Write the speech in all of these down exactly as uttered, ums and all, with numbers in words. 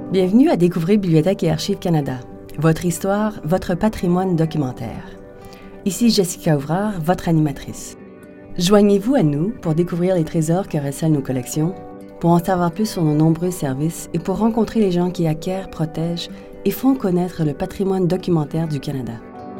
Bienvenue à Découvrir Bibliothèque et Archives Canada. Votre histoire, votre patrimoine documentaire. Ici Jessica Ouvrard, votre animatrice. Joignez-vous à nous pour découvrir les trésors que recèlent nos collections, pour en savoir plus sur nos nombreux services et pour rencontrer les gens qui acquièrent, protègent et font connaître le patrimoine documentaire du Canada.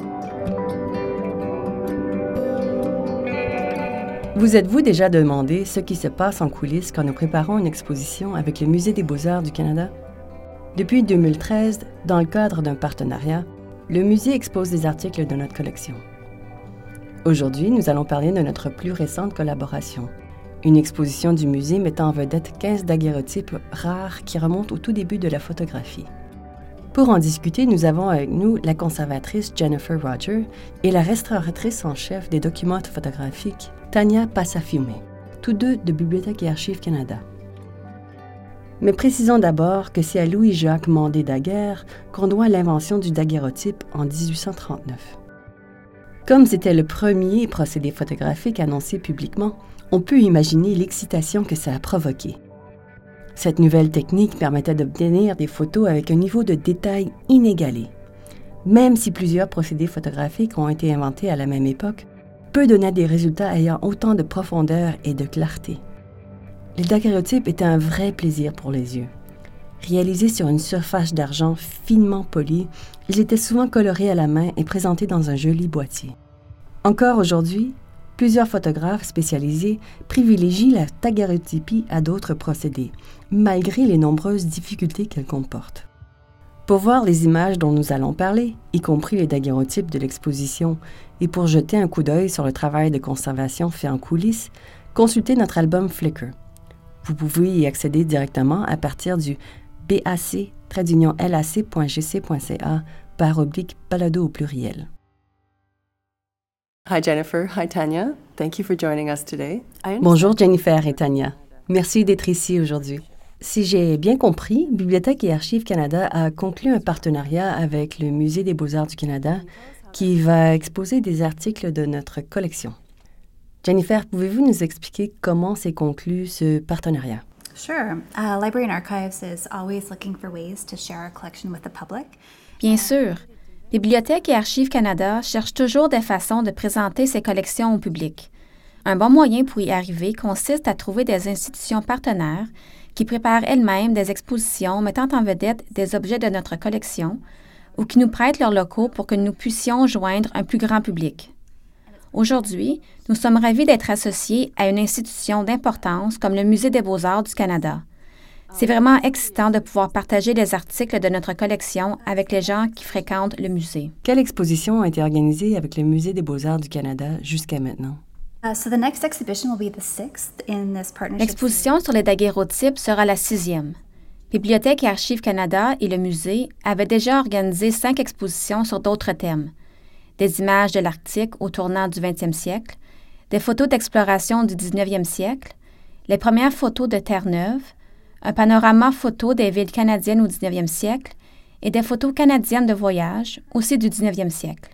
Vous êtes-vous déjà demandé ce qui se passe en coulisses quand nous préparons une exposition avec le Musée des beaux-arts du Canada? Depuis deux mille treize, dans le cadre d'un partenariat, le musée expose des articles de notre collection. Aujourd'hui, nous allons parler de notre plus récente collaboration, une exposition du musée mettant en vedette quinze daguerréotypes rares qui remontent au tout début de la photographie. Pour en discuter, nous avons avec nous la conservatrice Jennifer Roger et la restauratrice en chef des documents photographiques, Tania Passafiume, tous deux de Bibliothèque et Archives Canada. Mais précisons d'abord que c'est à Louis-Jacques Mandé-Daguerre qu'on doit l'invention du daguerréotype en dix-huit cent trente-neuf. Comme c'était le premier procédé photographique annoncé publiquement, on peut imaginer l'excitation que ça a provoqué. Cette nouvelle technique permettait d'obtenir des photos avec un niveau de détail inégalé. Même si plusieurs procédés photographiques ont été inventés à la même époque, peu donnaient des résultats ayant autant de profondeur et de clarté. Les daguerréotypes étaient un vrai plaisir pour les yeux. Réalisés sur une surface d'argent finement polie, ils étaient souvent colorés à la main et présentés dans un joli boîtier. Encore aujourd'hui, plusieurs photographes spécialisés privilégient la daguerréotypie à d'autres procédés, malgré les nombreuses difficultés qu'elle comporte. Pour voir les images dont nous allons parler, y compris les daguerréotypes de l'exposition, et pour jeter un coup d'œil sur le travail de conservation fait en coulisses, consultez notre album Flickr. Vous pouvez y accéder directement à partir du bac lac point g c point c a par oblique balado au pluriel. Hi Jennifer, hi Tania. Thank you for joining us today. Bonjour Jennifer et Tania. Merci d'être ici aujourd'hui. Si j'ai bien compris, Bibliothèque et Archives Canada a conclu un partenariat avec le Musée des beaux-arts du Canada qui va exposer des articles de notre collection. Jennifer, pouvez-vous nous expliquer comment s'est conclu ce partenariat? Sure. Uh, Library and Archives is always looking for ways to share our collection with the public. Bien sûr. Bibliothèque et Archives Canada cherchent toujours des façons de présenter ses collections au public. Un bon moyen pour y arriver consiste à trouver des institutions partenaires qui préparent elles-mêmes des expositions mettant en vedette des objets de notre collection ou qui nous prêtent leurs locaux pour que nous puissions joindre un plus grand public. Aujourd'hui, nous sommes ravis d'être associés à une institution d'importance comme le Musée des beaux-arts du Canada. C'est vraiment excitant de pouvoir partager les articles de notre collection avec les gens qui fréquentent le musée. Quelle exposition a été organisée avec le Musée des beaux-arts du Canada jusqu'à maintenant? Uh, so the next exhibition will be the sixth in this partnership. L'exposition sur les daguerréotypes sera la sixième. Bibliothèque et Archives Canada et le musée avaient déjà organisé cinq expositions sur d'autres thèmes. Des images de l'Arctique au tournant du vingtième siècle, des photos d'exploration du dix-neuvième siècle, les premières photos de Terre-Neuve, un panorama photo des villes canadiennes au dix-neuvième siècle et des photos canadiennes de voyage, aussi du dix-neuvième siècle.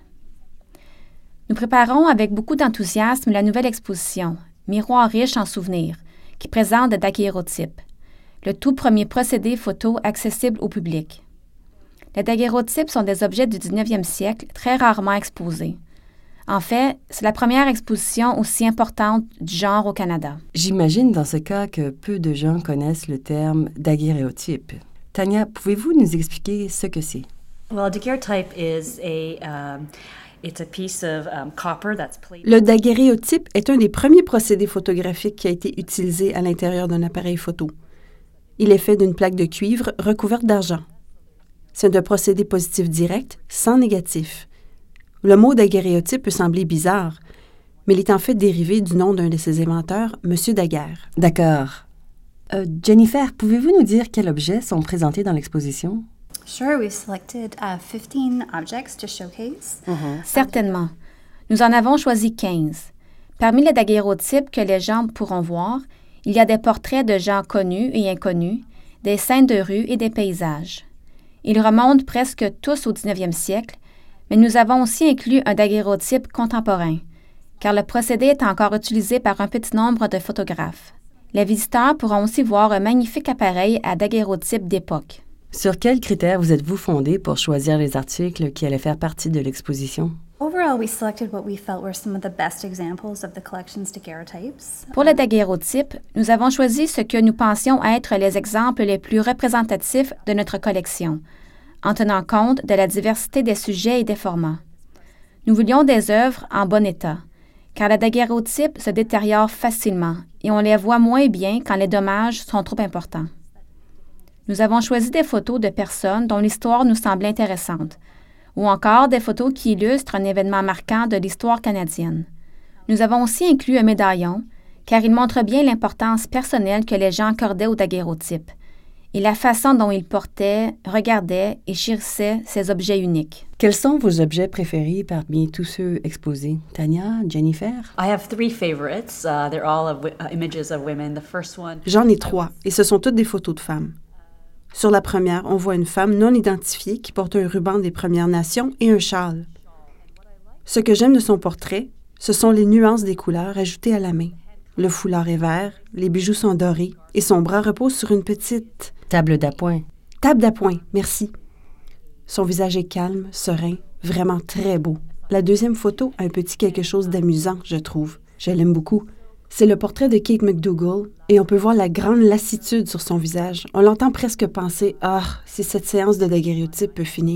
Nous préparons avec beaucoup d'enthousiasme la nouvelle exposition, Miroir riche en souvenirs, qui présente des daguerréotypes, le tout premier procédé photo accessible au public. Les daguerréotypes sont des objets du dix-neuvième siècle très rarement exposés. En fait, c'est la première exposition aussi importante du genre au Canada. J'imagine dans ce cas que peu de gens connaissent le terme daguerréotype. Tania, pouvez-vous nous expliquer ce que c'est? Well, a daguerreotype is a um, it's a piece of um, copper that's plated. Le daguerréotype est un des premiers procédés photographiques qui a été utilisé à l'intérieur d'un appareil photo. Il est fait d'une plaque de cuivre recouverte d'argent. C'est un procédé positif direct, sans négatif. Le mot daguerréotype peut sembler bizarre, mais il est en fait dérivé du nom d'un de ses inventeurs, M. Daguerre. D'accord. Euh, Jennifer, pouvez-vous nous dire quels objets sont présentés dans l'exposition? Sure, we've selected uh, fifteen objects to showcase. Mm-hmm. Certainement. Nous en avons choisi quinze. Parmi les daguerréotypes que les gens pourront voir, il y a des portraits de gens connus et inconnus, des scènes de rue et des paysages. Ils remontent presque tous au dix-neuvième siècle, mais nous avons aussi inclus un daguerréotype contemporain, car le procédé est encore utilisé par un petit nombre de photographes. Les visiteurs pourront aussi voir un magnifique appareil à daguerréotype d'époque. Sur quels critères vous êtes-vous fondé pour choisir les articles qui allaient faire partie de l'exposition? Overall, we selected what we felt were some of the best examples of the collection's daguerreotypes. Pour le daguerréotype, nous avons choisi ce que nous pensions être les exemples les plus représentatifs de notre collection, en tenant compte de la diversité des sujets et des formats. Nous voulions des œuvres en bon état, car le daguerréotype se détériore facilement et on les voit moins bien quand les dommages sont trop importants. Nous avons choisi des photos de personnes dont l'histoire nous semble intéressante, ou encore des photos qui illustrent un événement marquant de l'histoire canadienne. Nous avons aussi inclus un médaillon, car il montre bien l'importance personnelle que les gens accordaient au daguerréotype et la façon dont ils portaient, regardaient et chérissaient ces objets uniques. Quels sont vos objets préférés parmi tous ceux exposés? Tania, Jennifer? I have three favorites. Uh, they're all of wi- uh, images of women. The first one. J'en ai trois, et ce sont toutes des photos de femmes. Sur la première, on voit une femme non identifiée qui porte un ruban des Premières Nations et un châle. Ce que j'aime de son portrait, ce sont les nuances des couleurs ajoutées à la main. Le foulard est vert, les bijoux sont dorés, et son bras repose sur une petite... Table d'appoint. Table d'appoint, merci. Son visage est calme, serein, vraiment très beau. La deuxième photo a un petit quelque chose d'amusant, je trouve. Je l'aime beaucoup. C'est le portrait de Kate McDougall et on peut voir la grande lassitude sur son visage. On l'entend presque penser « Ah, si cette séance de daguerréotype peut finir. »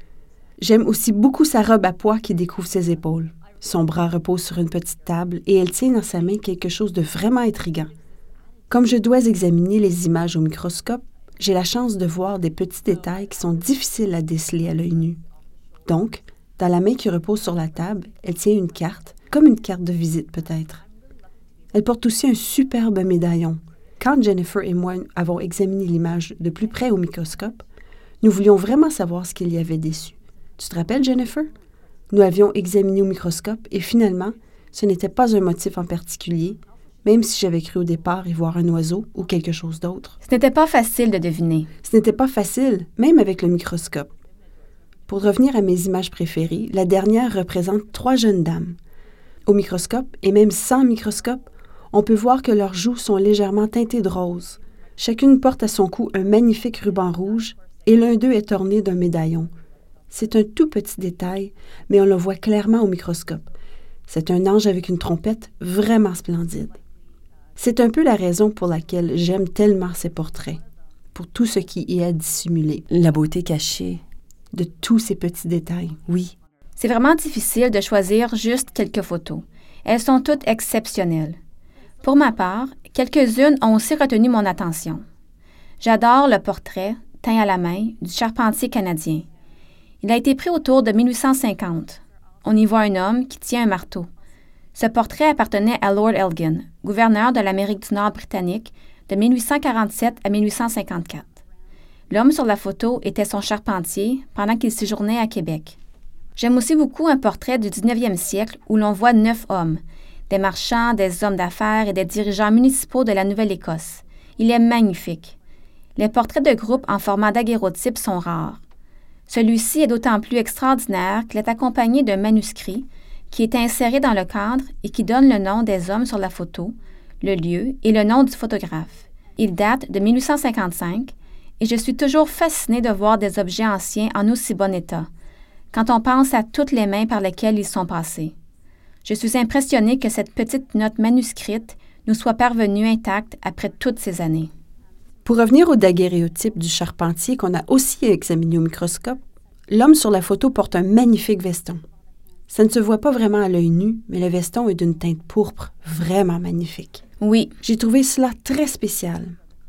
J'aime aussi beaucoup sa robe à pois qui découvre ses épaules. Son bras repose sur une petite table et elle tient dans sa main quelque chose de vraiment intriguant. Comme je dois examiner les images au microscope, j'ai la chance de voir des petits détails qui sont difficiles à déceler à l'œil nu. Donc, dans la main qui repose sur la table, elle tient une carte, comme une carte de visite peut-être. Elle porte aussi un superbe médaillon. Quand Jennifer et moi avons examiné l'image de plus près au microscope, nous voulions vraiment savoir ce qu'il y avait dessus. Tu te rappelles, Jennifer? Nous avions examiné au microscope et finalement, ce n'était pas un motif en particulier, même si j'avais cru au départ y voir un oiseau ou quelque chose d'autre. Ce n'était pas facile de deviner. Ce n'était pas facile, même avec le microscope. Pour revenir à mes images préférées, la dernière représente trois jeunes dames. Au microscope, et même sans microscope, on peut voir que leurs joues sont légèrement teintées de rose. Chacune porte à son cou un magnifique ruban rouge et l'un d'eux est orné d'un médaillon. C'est un tout petit détail, mais on le voit clairement au microscope. C'est un ange avec une trompette vraiment splendide. C'est un peu la raison pour laquelle j'aime tellement ces portraits, pour tout ce qui y est dissimulé. La beauté cachée. De tous ces petits détails, oui. C'est vraiment difficile de choisir juste quelques photos. Elles sont toutes exceptionnelles. Pour ma part, quelques-unes ont aussi retenu mon attention. J'adore le portrait, teint à la main, du charpentier canadien. Il a été pris autour de mille huit cent cinquante. On y voit un homme qui tient un marteau. Ce portrait appartenait à Lord Elgin, gouverneur de l'Amérique du Nord britannique de mille huit cent quarante-sept à mille huit cent cinquante-quatre. L'homme sur la photo était son charpentier pendant qu'il séjournait à Québec. J'aime aussi beaucoup un portrait du dix-neuvième siècle où l'on voit neuf hommes, des marchands, des hommes d'affaires et des dirigeants municipaux de la Nouvelle-Écosse. Il est magnifique. Les portraits de groupe en format daguerréotype sont rares. Celui-ci est d'autant plus extraordinaire qu'il est accompagné d'un manuscrit qui est inséré dans le cadre et qui donne le nom des hommes sur la photo, le lieu et le nom du photographe. Il date de mille huit cent cinquante-cinq et je suis toujours fascinée de voir des objets anciens en aussi bon état, quand on pense à toutes les mains par lesquelles ils sont passés. Je suis impressionnée que cette petite note manuscrite nous soit parvenue intacte après toutes ces années. Pour revenir au daguerréotype du charpentier qu'on a aussi examiné au microscope, l'homme sur la photo porte un magnifique veston. Ça ne se voit pas vraiment à l'œil nu, mais le veston est d'une teinte pourpre vraiment magnifique. Oui. J'ai trouvé cela très spécial.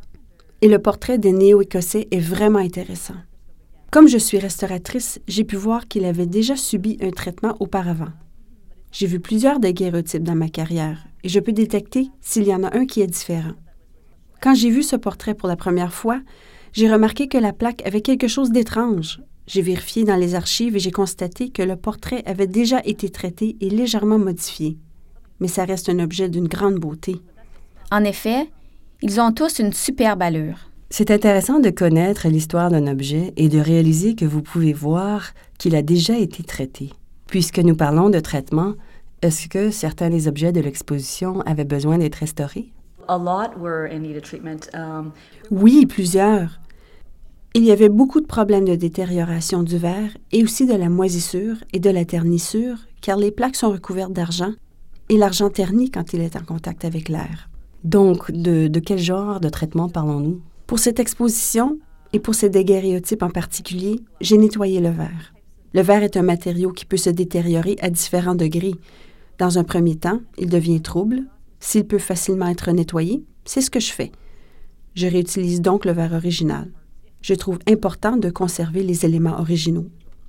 Et le portrait des Néo-Écossais est vraiment intéressant. Comme je suis restauratrice, j'ai pu voir qu'il avait déjà subi un traitement auparavant. J'ai vu plusieurs daguerréotypes dans ma carrière et je peux détecter s'il y en a un qui est différent. Quand j'ai vu ce portrait pour la première fois, j'ai remarqué que la plaque avait quelque chose d'étrange. J'ai vérifié dans les archives et j'ai constaté que le portrait avait déjà été traité et légèrement modifié. Mais ça reste un objet d'une grande beauté. En effet, ils ont tous une superbe allure. C'est intéressant de connaître l'histoire d'un objet et de réaliser que vous pouvez voir qu'il a déjà été traité. Puisque nous parlons de traitement, est-ce que certains des objets de l'exposition avaient besoin d'être restaurés? A lot were in need of treatment. Um, Oui, plusieurs. Il y avait beaucoup de problèmes de détérioration du verre et aussi de la moisissure et de la ternissure, car les plaques sont recouvertes d'argent et l'argent ternit quand il est en contact avec l'air. Donc, de, de quel genre de traitement parlons-nous? Pour cette exposition, et pour ces daguerréotypes en particulier, j'ai nettoyé le verre. Le verre est un matériau qui peut se détériorer à différents degrés. Dans un premier temps, il devient trouble. S'il peut facilement être nettoyé, c'est ce que je fais. Je réutilise donc le verre original. Je trouve important de conserver les éléments originaux.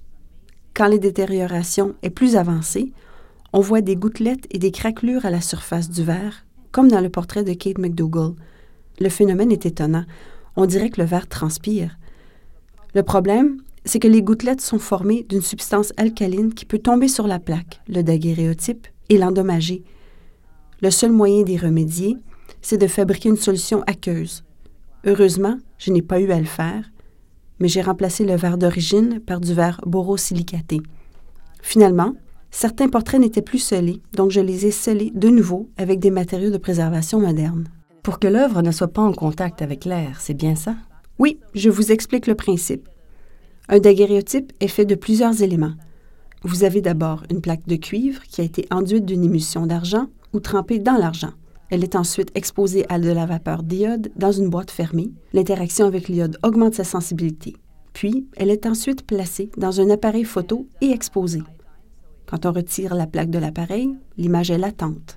Quand la détérioration est plus avancée, on voit des gouttelettes et des craquelures à la surface du verre, comme dans le portrait de Kate McDougall. Le phénomène est étonnant. On dirait que le verre transpire. Le problème, c'est que les gouttelettes sont formées d'une substance alcaline qui peut tomber sur la plaque, le daguerréotype, et l'endommager. Le seul moyen d'y remédier, c'est de fabriquer une solution aqueuse. Heureusement, je n'ai pas eu à le faire, mais j'ai remplacé le verre d'origine par du verre borosilicaté. Finalement, certains portraits n'étaient plus scellés, donc je les ai scellés de nouveau avec des matériaux de préservation modernes. Pour que l'œuvre ne soit pas en contact avec l'air, c'est bien ça? Oui, je vous explique le principe. Un daguerréotype est fait de plusieurs éléments. Vous avez d'abord une plaque de cuivre qui a été enduite d'une émulsion d'argent ou trempée dans l'argent. Elle est ensuite exposée à de la vapeur d'iode dans une boîte fermée. L'interaction avec l'iode augmente sa sensibilité. Puis, elle est ensuite placée dans un appareil photo et exposée. Quand on retire la plaque de l'appareil, l'image est latente.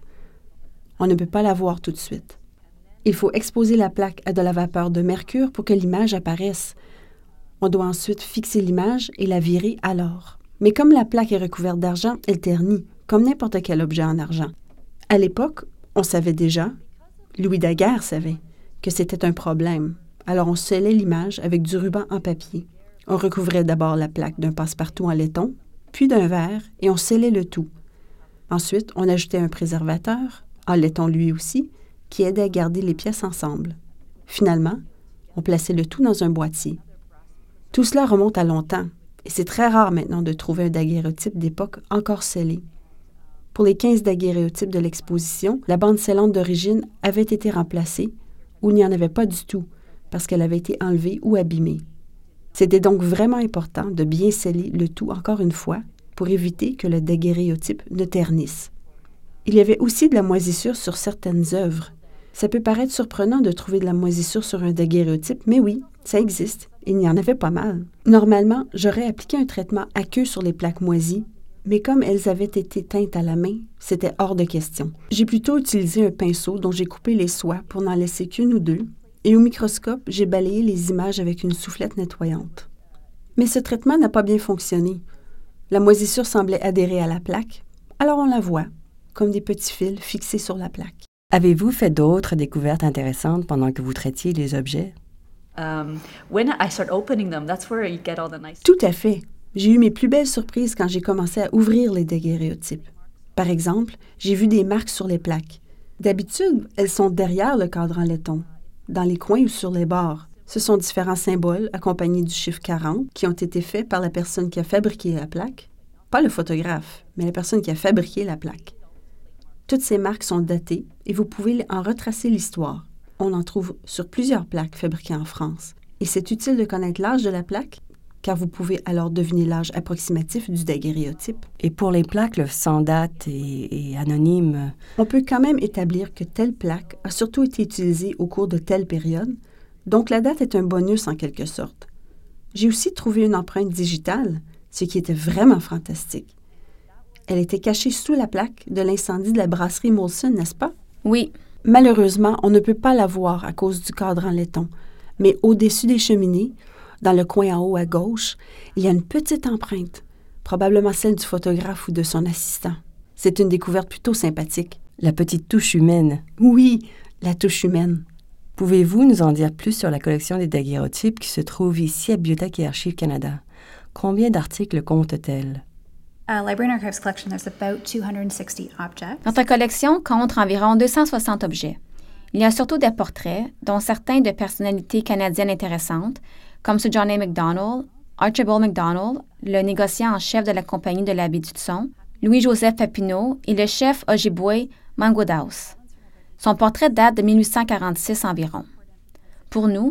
On ne peut pas la voir tout de suite. Il faut exposer la plaque à de la vapeur de mercure pour que l'image apparaisse. On doit ensuite fixer l'image et la virer alors. Mais comme la plaque est recouverte d'argent, elle ternit, comme n'importe quel objet en argent. À l'époque, on savait déjà, Louis Daguerre savait, que c'était un problème. Alors on scellait l'image avec du ruban en papier. On recouvrait d'abord la plaque d'un passe-partout en laiton, puis d'un verre, et on scellait le tout. Ensuite, on ajoutait un préservateur, en laiton lui aussi, qui aidait à garder les pièces ensemble. Finalement, on plaçait le tout dans un boîtier. Tout cela remonte à longtemps, et c'est très rare maintenant de trouver un daguerréotype d'époque encore scellé. Pour les quinze daguerréotypes de l'exposition, la bande scellante d'origine avait été remplacée, ou il n'y en avait pas du tout, parce qu'elle avait été enlevée ou abîmée. C'était donc vraiment important de bien sceller le tout encore une fois, pour éviter que le daguerréotype ne ternisse. Il y avait aussi de la moisissure sur certaines œuvres. Ça peut paraître surprenant de trouver de la moisissure sur un daguerréotype, mais oui, ça existe. Il y en avait pas mal. Normalement, j'aurais appliqué un traitement aqueux sur les plaques moisies, mais comme elles avaient été teintes à la main, c'était hors de question. J'ai plutôt utilisé un pinceau dont j'ai coupé les soies pour n'en laisser qu'une ou deux, et au microscope, j'ai balayé les images avec une soufflette nettoyante. Mais ce traitement n'a pas bien fonctionné. La moisissure semblait adhérer à la plaque, alors on la voit, comme des petits fils fixés sur la plaque. Avez-vous fait d'autres découvertes intéressantes pendant que vous traitiez les objets? Um, when I start opening them, that's where you get all the nice... Tout à fait. J'ai eu mes plus belles surprises quand j'ai commencé à ouvrir les daguerréotypes. Par exemple, j'ai vu des marques sur les plaques. D'habitude, elles sont derrière le cadre en laiton, dans les coins ou sur les bords. Ce sont différents symboles accompagnés du chiffre quarante qui ont été faits par la personne qui a fabriqué la plaque. Pas le photographe, mais la personne qui a fabriqué la plaque. Toutes ces marques sont datées et vous pouvez en retracer l'histoire. On en trouve sur plusieurs plaques fabriquées en France. Et c'est utile de connaître l'âge de la plaque, car vous pouvez alors deviner l'âge approximatif du daguerréotype. Et pour les plaques là, sans date et, et anonymes, on peut quand même établir que telle plaque a surtout été utilisée au cours de telle période, donc la date est un bonus en quelque sorte. J'ai aussi trouvé une empreinte digitale, ce qui était vraiment fantastique. Elle était cachée sous la plaque de l'incendie de la brasserie Molson, n'est-ce pas? Oui. Malheureusement, on ne peut pas la voir à cause du cadre en laiton, mais au-dessus des cheminées, dans le coin en haut à gauche, il y a une petite empreinte, probablement celle du photographe ou de son assistant. C'est une découverte plutôt sympathique. La petite touche humaine. Oui, la touche humaine. Pouvez-vous nous en dire plus sur la collection des daguerréotypes qui se trouve ici à Bibliothèque et Archives Canada? Combien d'articles compte-t-elle? Uh, Library and Archives collection, there's about two hundred sixty objects. Notre collection compte environ deux cent soixante objets. Il y a surtout des portraits, dont certains de personnalités canadiennes intéressantes, comme Sir John A. Macdonald, Archibald Macdonald, le négociant en chef de la Compagnie de la baie du Thson, Louis-Joseph Papineau et le chef Ojibwe Mangudaus. Son portrait date de mille huit cent quarante-six environ. Pour nous,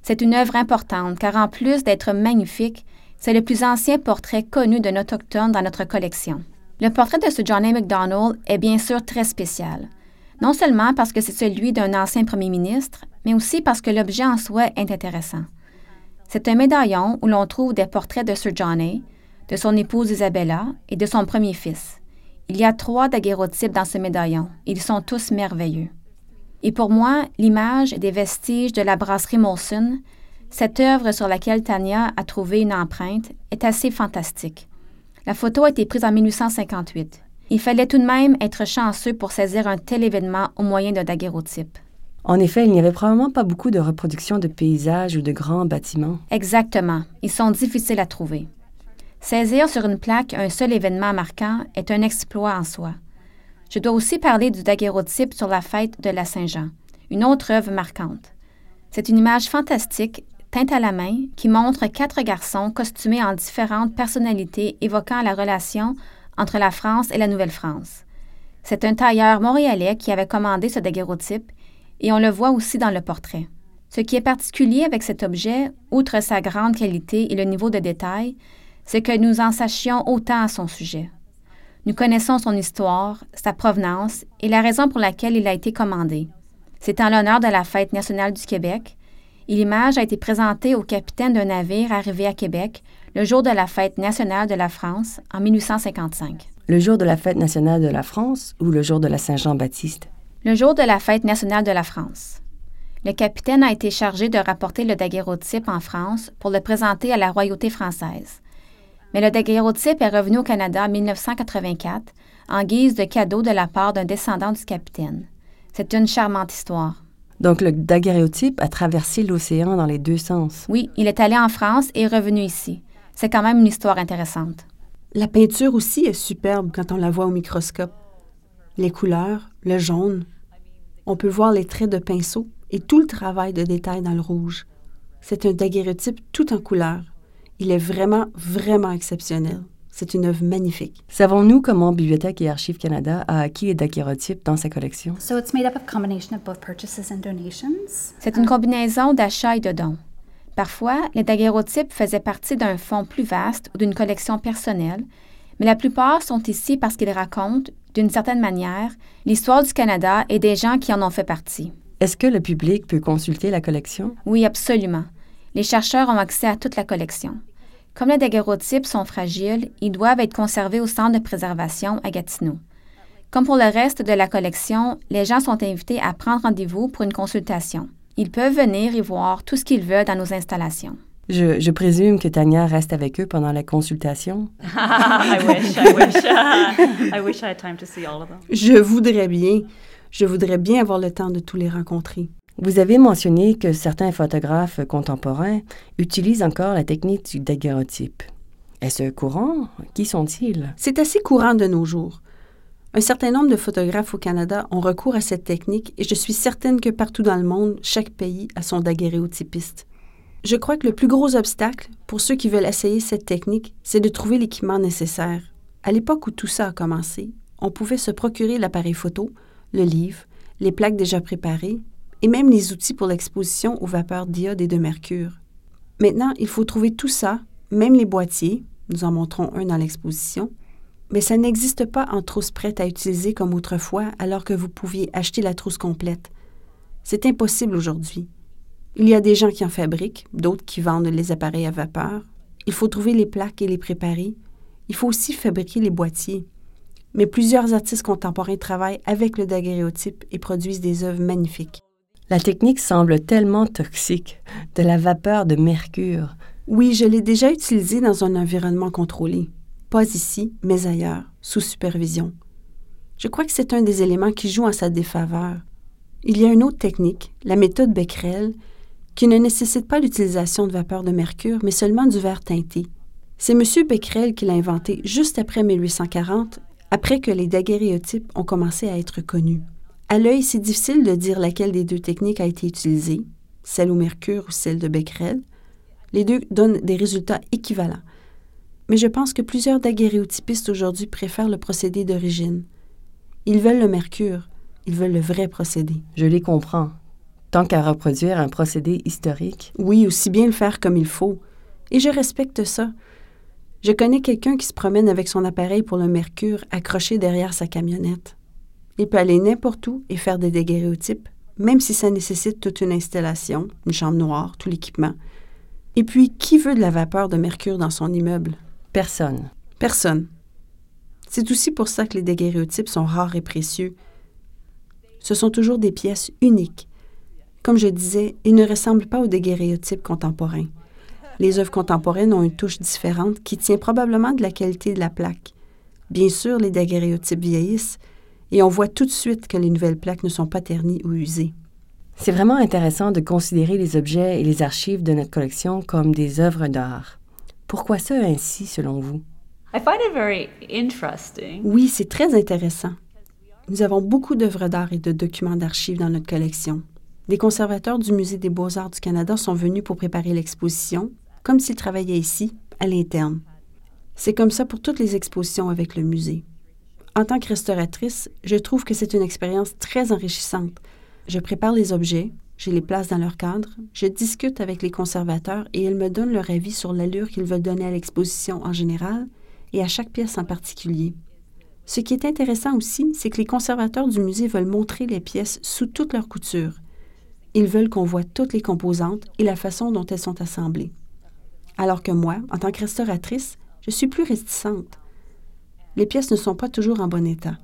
C'est une œuvre importante car en plus d'être magnifique, c'est le plus ancien portrait connu d'un autochtone dans notre collection. Le portrait de Sir John A. Macdonald est bien sûr très spécial, non seulement parce que c'est celui d'un ancien premier ministre, mais aussi parce que l'objet en soi est intéressant. C'est un médaillon où l'on trouve des portraits de Sir John A., de son épouse Isabella et de son premier fils. Il y a trois daguerréotypes dans ce médaillon. Ils sont tous merveilleux. Et pour moi, l'image des vestiges de la brasserie Molson, cette œuvre sur laquelle Tanya a trouvé une empreinte, est assez fantastique. La photo a été prise en dix-huit cent cinquante-huit. Il fallait tout de même être chanceux pour saisir un tel événement au moyen d'un daguerréotype. En effet, il n'y avait probablement pas beaucoup de reproductions de paysages ou de grands bâtiments. Exactement. Ils sont difficiles à trouver. Saisir sur une plaque un seul événement marquant est un exploit en soi. Je dois aussi parler du daguerréotype sur la fête de la Saint-Jean, une autre œuvre marquante. C'est une image fantastique, teinte à la main, qui montre quatre garçons costumés en différentes personnalités évoquant la relation entre la France et la Nouvelle-France. C'est un tailleur montréalais qui avait commandé ce daguerréotype et on le voit aussi dans le portrait. Ce qui est particulier avec cet objet, outre sa grande qualité et le niveau de détail, c'est que nous en sachions autant à son sujet. Nous connaissons son histoire, sa provenance et la raison pour laquelle il a été commandé. C'est en l'honneur de la Fête nationale du Québec et l'image a été présentée au capitaine d'un navire arrivé à Québec le jour de la Fête nationale de la France en dix-huit cent cinquante-cinq. Le jour de la Fête nationale de la France ou le jour de la Saint-Jean-Baptiste? Le jour de la Fête nationale de la France. Le capitaine a été chargé de rapporter le daguerréotype en France pour le présenter à la royauté française. Mais le daguerréotype est revenu au Canada en dix-neuf cent quatre-vingt-quatre en guise de cadeau de la part d'un descendant du capitaine. C'est une charmante histoire. Donc le daguerréotype a traversé l'océan dans les deux sens. Oui, il est allé en France et est revenu ici. C'est quand même une histoire intéressante. La peinture aussi est superbe quand on la voit au microscope. Les couleurs, le jaune. On peut voir les traits de pinceau et tout le travail de détail dans le rouge. C'est un daguerréotype tout en couleurs. Il est vraiment, vraiment exceptionnel. C'est une œuvre magnifique. Savons-nous comment Bibliothèque et Archives Canada a acquis les daguerréotypes dans sa collection? So it's made up of a combination of both purchases and donations. C'est une combinaison d'achats et de dons. Parfois, les daguerréotypes faisaient partie d'un fonds plus vaste ou d'une collection personnelle, mais la plupart sont ici parce qu'ils racontent, d'une certaine manière, l'histoire du Canada et des gens qui en ont fait partie. Est-ce que le public peut consulter la collection? Oui, absolument. Les chercheurs ont accès à toute la collection. Comme les daguerréotypes sont fragiles, ils doivent être conservés au centre de préservation à Gatineau. Comme pour le reste de la collection, les gens sont invités à prendre rendez-vous pour une consultation. Ils peuvent venir y voir tout ce qu'ils veulent dans nos installations. Je, je présume que Tanya reste avec eux pendant la consultation. I wish, I wish. I wish I had time to see all of them. Je voudrais bien. Je voudrais bien avoir le temps de tous les rencontrer. Vous avez mentionné que certains photographes contemporains utilisent encore la technique du daguerréotype. Est-ce courant? Qui sont-ils? C'est assez courant de nos jours. Un certain nombre de photographes au Canada ont recours à cette technique et je suis certaine que partout dans le monde, chaque pays a son daguerréotypiste. Je crois que le plus gros obstacle pour ceux qui veulent essayer cette technique, c'est de trouver l'équipement nécessaire. À l'époque où tout ça a commencé, on pouvait se procurer l'appareil photo, le livre, les plaques déjà préparées et même les outils pour l'exposition aux vapeurs d'iode et de mercure. Maintenant, il faut trouver tout ça, même les boîtiers, nous en montrons un dans l'exposition, mais ça n'existe pas en trousse prête à utiliser comme autrefois alors que vous pouviez acheter la trousse complète. C'est impossible aujourd'hui. Il y a des gens qui en fabriquent, d'autres qui vendent les appareils à vapeur. Il faut trouver les plaques et les préparer. Il faut aussi fabriquer les boîtiers. Mais plusieurs artistes contemporains travaillent avec le daguerréotype et produisent des œuvres magnifiques. La technique semble tellement toxique, de la vapeur de mercure. Oui, je l'ai déjà utilisée dans un environnement contrôlé. Pas ici, mais ailleurs, sous supervision. Je crois que c'est un des éléments qui joue en sa défaveur. Il y a une autre technique, la méthode Becquerel, qui ne nécessite pas l'utilisation de vapeur de mercure, mais seulement du verre teinté. C'est M. Becquerel qui l'a inventé juste après mille huit cent quarante, après que les daguerréotypes ont commencé à être connus. À l'œil, c'est difficile de dire laquelle des deux techniques a été utilisée, celle au mercure ou celle de Becquerel. Les deux donnent des résultats équivalents. Mais je pense que plusieurs daguerréotypistes aujourd'hui préfèrent le procédé d'origine. Ils veulent le mercure, ils veulent le vrai procédé. Je les comprends. tant qu'à reproduire un procédé historique. Oui, aussi bien le faire comme il faut. Et je respecte ça. Je connais quelqu'un qui se promène avec son appareil pour le mercure accroché derrière sa camionnette. Il peut aller n'importe où et faire des daguerréotypes, même si ça nécessite toute une installation, une chambre noire, tout l'équipement. Et puis, qui veut de la vapeur de mercure dans son immeuble? Personne. Personne. C'est aussi pour ça que les daguerréotypes sont rares et précieux. Ce sont toujours des pièces uniques. Comme je disais, ils ne ressemblent pas aux daguerréotypes contemporains. Les œuvres contemporaines ont une touche différente qui tient probablement de la qualité de la plaque. Bien sûr, les daguerréotypes vieillissent et on voit tout de suite que les nouvelles plaques ne sont pas ternies ou usées. C'est vraiment intéressant de considérer les objets et les archives de notre collection comme des œuvres d'art. Pourquoi ça ainsi, selon vous? I find it very interesting. Oui, c'est très intéressant. Nous avons beaucoup d'œuvres d'art et de documents d'archives dans notre collection. Des conservateurs du Musée des beaux-arts du Canada sont venus pour préparer l'exposition, comme s'ils travaillaient ici, à l'interne. C'est comme ça pour toutes les expositions avec le musée. En tant que restauratrice, je trouve que c'est une expérience très enrichissante. Je prépare les objets, je les place dans leur cadre, je discute avec les conservateurs et ils me donnent leur avis sur l'allure qu'ils veulent donner à l'exposition en général et à chaque pièce en particulier. Ce qui est intéressant aussi, c'est que les conservateurs du musée veulent montrer les pièces sous toute leur couture. Ils veulent qu'on voit toutes les composantes et la façon dont elles sont assemblées. Alors que moi, en tant que restauratrice, je suis plus réticente. Les pièces ne sont pas toujours en bon état.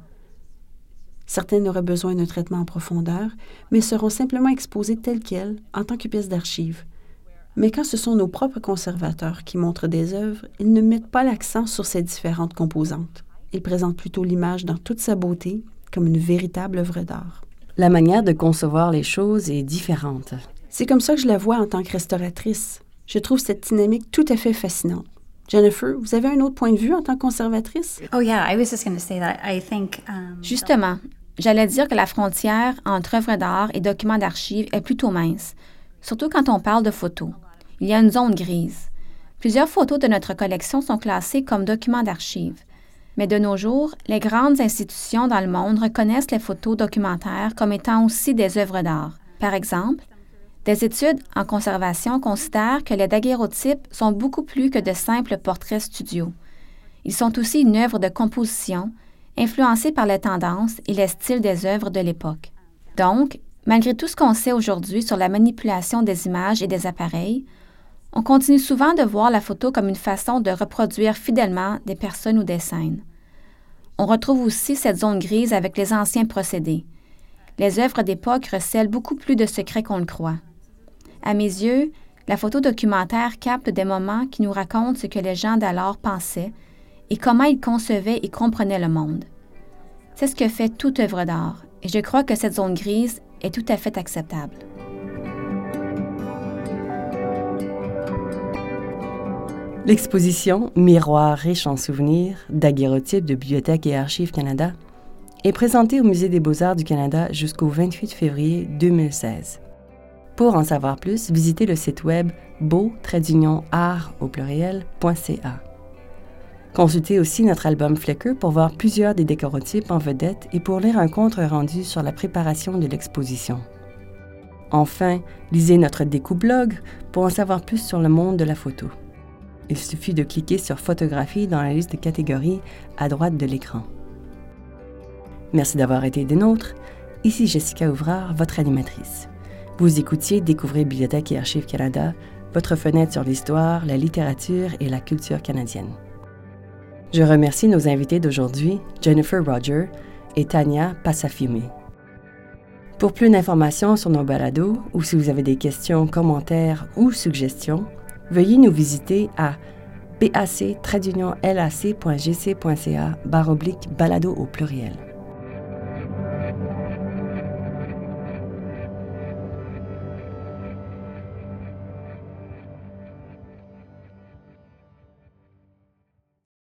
Certaines auraient besoin d'un traitement en profondeur, mais seront simplement exposées telles quelles en tant que pièces d'archives. Mais quand ce sont nos propres conservateurs qui montrent des œuvres, ils ne mettent pas l'accent sur ces différentes composantes. Ils présentent plutôt l'image dans toute sa beauté, comme une véritable œuvre d'art. La manière de concevoir les choses est différente. C'est comme ça que je la vois en tant que restauratrice. Je trouve cette dynamique tout à fait fascinante. Jennifer, vous avez un autre point de vue en tant que conservatrice? Oh yeah, I was just going to say that. I think. Um, Justement, j'allais dire que la frontière entre œuvres d'art et documents d'archives est plutôt mince, surtout quand on parle de photos. Il y a une zone grise. Plusieurs photos de notre collection sont classées comme documents d'archives. Mais de nos jours, les grandes institutions dans le monde reconnaissent les photos documentaires comme étant aussi des œuvres d'art. Par exemple, des études en conservation considèrent que les daguerréotypes sont beaucoup plus que de simples portraits studio. Ils sont aussi une œuvre de composition, influencée par les tendances et les styles des œuvres de l'époque. Donc, malgré tout ce qu'on sait aujourd'hui sur la manipulation des images et des appareils, on continue souvent de voir la photo comme une façon de reproduire fidèlement des personnes ou des scènes. On retrouve aussi cette zone grise avec les anciens procédés. Les œuvres d'époque recèlent beaucoup plus de secrets qu'on le croit. À mes yeux, la photo documentaire capte des moments qui nous racontent ce que les gens d'alors pensaient et comment ils concevaient et comprenaient le monde. C'est ce que fait toute œuvre d'art, et je crois que cette zone grise est tout à fait acceptable. L'exposition « Miroir riche en souvenirs, daguerréotypes de Bibliothèque et Archives Canada » est présentée au Musée des beaux-arts du Canada jusqu'au vingt-huit février deux mille seize. Pour en savoir plus, visitez le site web beau tiret art au pluriel point c a. Consultez aussi notre album Flickr pour voir plusieurs des daguerréotypes en vedette et pour lire un compte-rendu sur la préparation de l'exposition. Enfin, lisez notre découpe-blog pour en savoir plus sur le monde de la photo. Il suffit de cliquer sur « Photographie » dans la liste de catégories à droite de l'écran. Merci d'avoir été des nôtres. Ici Jessica Ouvrard, votre animatrice. Vous écoutiez Découvrez Bibliothèque et Archives Canada, votre fenêtre sur l'histoire, la littérature et la culture canadienne. Je remercie nos invités d'aujourd'hui, Jennifer Roger et Tania Passafiume. Pour plus d'informations sur nos balados ou si vous avez des questions, commentaires ou suggestions, veuillez nous visiter à bac tiret lac point g c point c a barre oblique balado au pluriel.